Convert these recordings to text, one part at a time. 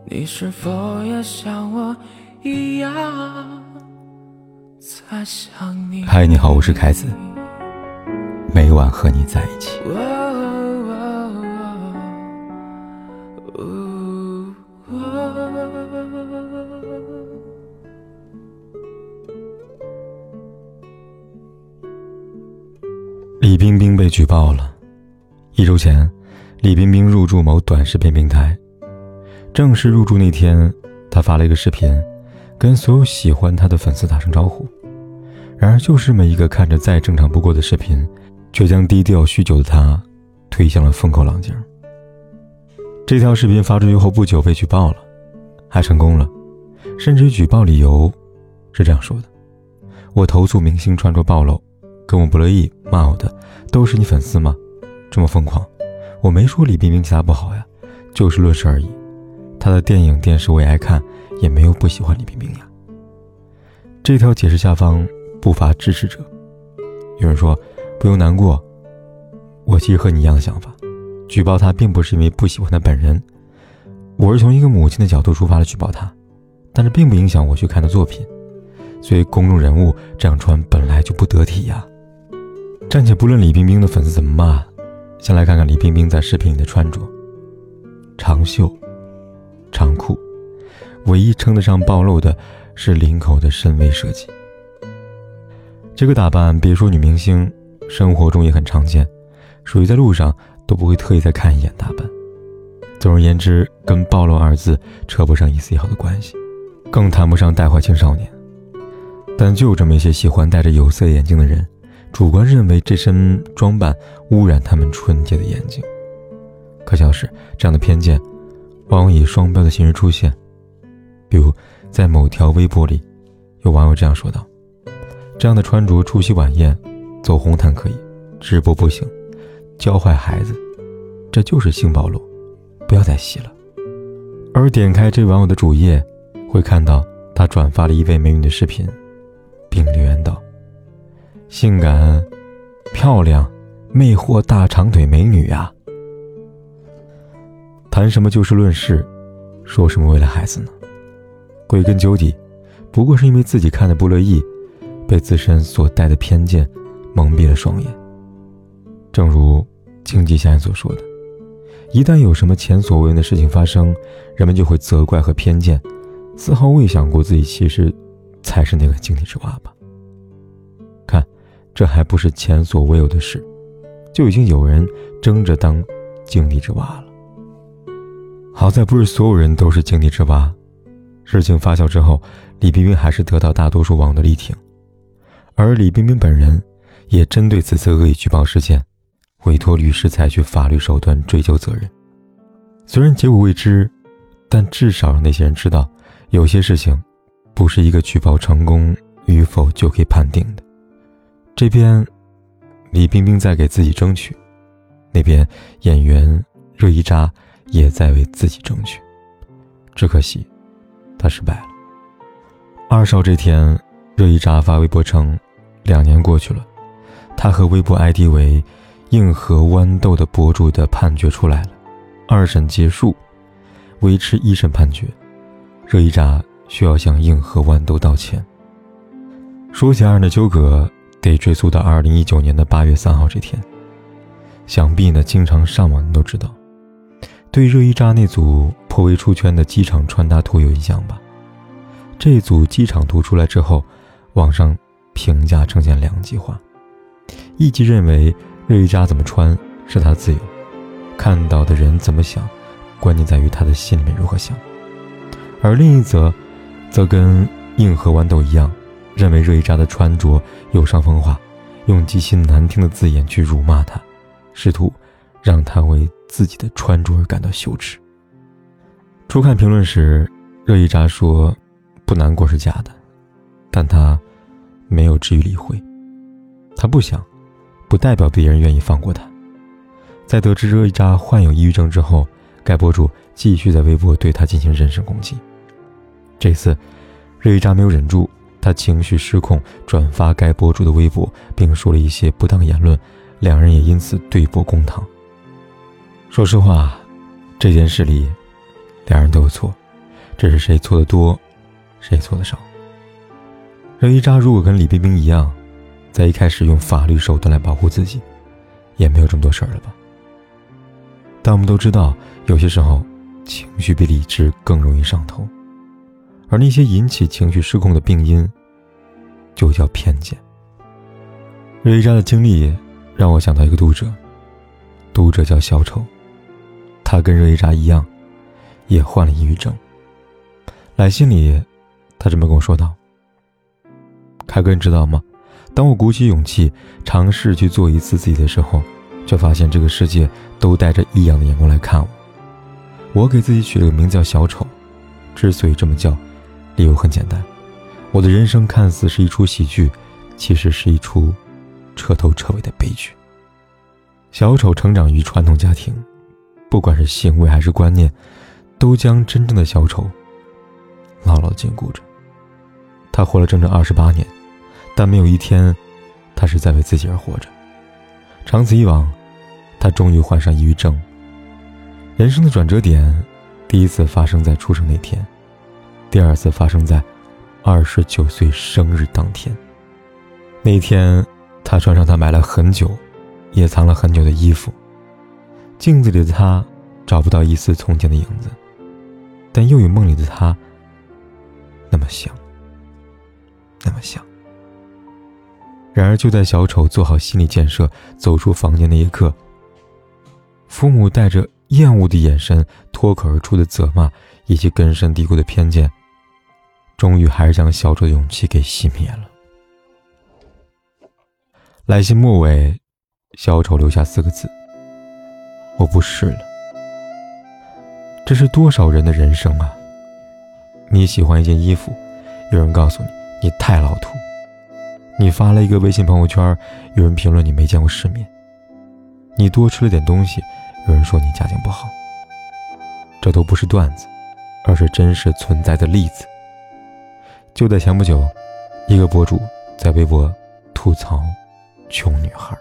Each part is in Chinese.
你是否也像我一样在想你？ 嗨，你好，我是凯子，每晚和你在一起。李冰冰被举报了。1周前，李冰冰入驻某短视频平台。正式入驻那天，她发了一个视频，跟所有喜欢她的粉丝打声招呼。然而就是这么一个看着再正常不过的视频，却将低调许久的她推向了风口浪尖。这条视频发出去后不久被举报了，还成功了，甚至举报理由是这样说的：我投诉明星穿着暴露，跟我不乐意骂我的都是你粉丝吗？这么疯狂，我没说李冰冰其他不好呀，就是论事而已。她的电影电视我也爱看，也没有不喜欢李冰冰呀。这条解释下方不乏支持者，有人说不用难过，我其实和你一样的想法，举报她并不是因为不喜欢她本人，我是从一个母亲的角度出发来举报她，但是并不影响我去看她作品，所以公众人物这样穿本来就不得体呀。暂且不论李冰冰的粉丝怎么骂，先来看看李冰冰在视频里的穿着：长袖长裤，唯一称得上暴露的是领口的深 V 设计。这个打扮别说女明星，生活中也很常见，属于在路上都不会特意再看一眼打扮。总而言之，跟暴露二字扯不上一丝一毫的关系，更谈不上带坏青少年。但就有这么一些喜欢戴着有色眼镜的人，主观认为这身装扮污染他们纯洁的眼睛。可笑是，这样的偏见往往以双标的形式出现。比如在某条微博里，有网友这样说道：这样的穿着出席晚宴走红毯可以，直播不行，教坏孩子，这就是性暴露，不要再洗了。而点开这网友的主页，会看到他转发了一位美女的视频，并留言道：性感漂亮魅惑大长腿美女啊。谈什么就事论事，说什么为了孩子呢？归根究底，不过是因为自己看的不乐意，被自身所带的偏见蒙蔽了双眼。正如经济学家所说的，一旦有什么前所未闻的事情发生，人们就会责怪和偏见，丝毫未想过自己其实才是那个井底之蛙吧。看，这还不是前所未有的事，就已经有人争着当井底之蛙了。好在不是所有人都是井底之蛙，事情发酵之后，李冰冰还是得到大多数网友的力挺，而李冰冰本人也针对此次恶意举报事件，委托律师采取法律手段追究责任。虽然结果未知，但至少让那些人知道，有些事情不是一个举报成功与否就可以判定的。这边李冰冰在给自己争取，那边演员热依扎也在为自己争取，只可惜他失败了。20号这天，热依扎发微博称2年过去了，他和微博 ID 为硬核豌豆的博主的判决出来了，2审结束，维持1审判决，热依扎需要向硬核豌豆道歉。说起2人的纠葛，得追溯到2019年的8月3号这天。想必呢，经常上网的都知道，对热依扎那组颇为出圈的机场穿搭图有印象吧？这组机场图出来之后，网上评价呈现两极化，一级认为热依扎怎么穿是她的自由，看到的人怎么想，关键在于她的心里面如何想。而另一则跟硬核豌豆一样，认为热依扎的穿着有伤风化，用极其难听的字眼去辱骂她，试图让她为自己的穿着而感到羞耻。初看评论时，热依扎说不难过是假的，但她没有至于理会。她不想，不代表别人愿意放过她。在得知热依扎患有抑郁症之后，该博主继续在微博对她进行人身攻击。这次热依扎没有忍住，她情绪失控，转发该博主的微博，并说了一些不当言论，两人也因此对簿公堂。说实话，这件事里两人都有错， 只是谁错的多，谁错的少。任一渣如果跟李冰冰一样，在一开始用法律手段来保护自己，也没有这么多事儿了吧。但我们都知道，有些时候情绪比理智更容易上头，而那些引起情绪失控的病因就叫偏见。任一渣的经历让我想到一个读者，读者叫小丑，他跟任一渣一样也患了抑郁症。来信里他这么跟我说道：凯哥，你知道吗？当我鼓起勇气尝试去做一次自己的时候，却发现这个世界都带着异样的眼光来看我。我给自己取了个名字叫小丑，之所以这么叫，理由很简单，我的人生看似是一出喜剧，其实是一出彻头彻尾的悲剧。小丑成长于传统家庭，不管是行为还是观念，都将真正的小丑牢牢禁锢着。他活了整整28年，但没有一天他是在为自己而活着。长此以往，他终于患上抑郁症。人生的转折点，第一次发生在出生那天，第二次发生在29岁生日当天。那一天，他穿上他买了很久也藏了很久的衣服，镜子里的他找不到一丝从前的影子，但又与梦里的他那么像，那么像。然而就在小丑做好心理建设走出房间那一刻，父母带着厌恶的眼神，脱口而出的责骂以及根深蒂固的偏见，终于还是将小丑的勇气给熄灭了。来信末尾，小丑留下4个字：我不是了。这是多少人的人生啊！你喜欢一件衣服，有人告诉你你太老土；你发了一个微信朋友圈，有人评论你没见过世面；你多吃了点东西，有人说你家境不好。这都不是段子，而是真实存在的例子。就在前不久，一个博主在微博吐槽穷女孩。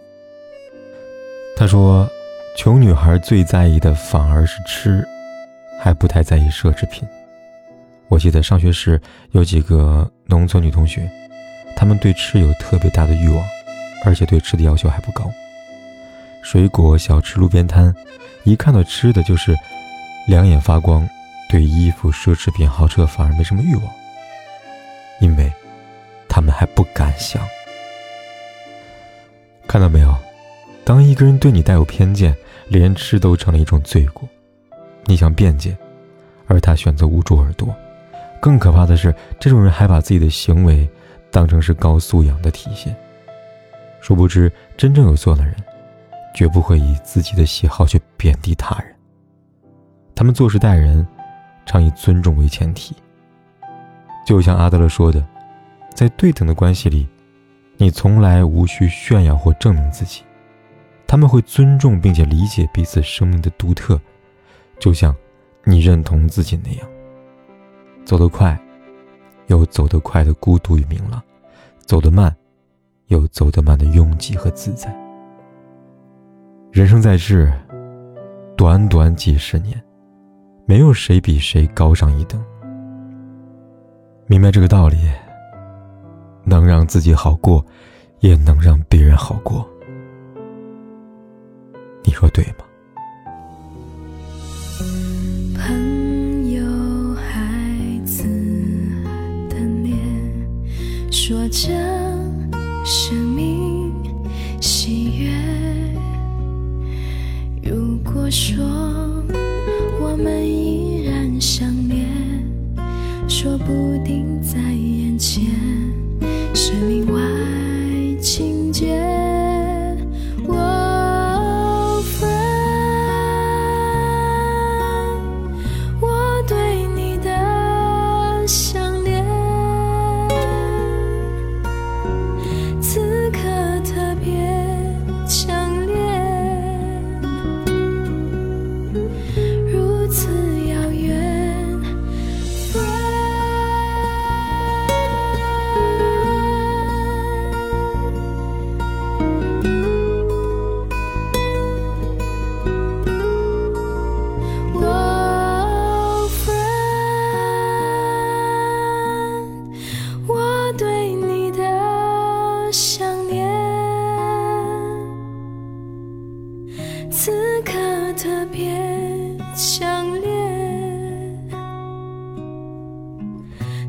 他说，穷女孩最在意的反而是吃，还不太在意奢侈品。我记得上学时有几个农村女同学，她们对吃有特别大的欲望，而且对吃的要求还不高。水果、小吃、路边摊，一看到吃的就是两眼发光，对衣服、奢侈品、豪车反而没什么欲望，因为她们还不敢想。看到没有，当一个人对你带有偏见，连吃都成了一种罪过。你想辩解，而他选择捂住耳朵。更可怕的是，这种人还把自己的行为当成是高素养的体现。殊不知，真正有素养的人绝不会以自己的喜好去贬低他人。他们做事待人常以尊重为前提。就像阿德勒说的，在对等的关系里，你从来无需炫耀或证明自己。他们会尊重并且理解彼此生命的独特，就像你认同自己那样。走得快，有走得快的孤独与明朗；走得慢，有走得慢的拥挤和自在。人生在世，短短几十年，没有谁比谁高上一等。明白这个道理，能让自己好过，也能让别人好过。你说对吗？ 朋友孩子的脸，说着生命喜悦。如果说我们依然相恋，说不定在眼前，生命外情节。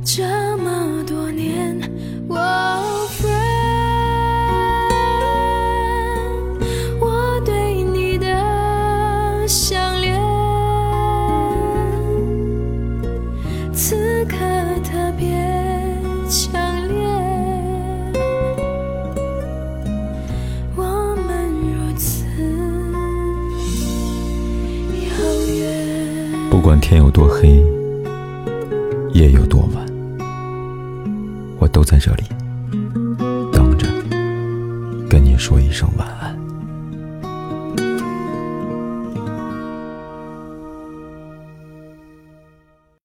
这么多年，我 friend， 我对你的想念，此刻特别强烈。我们如此遥远。 不管天有多黑，夜有多晚，我都在这里等着跟你说一声晚安。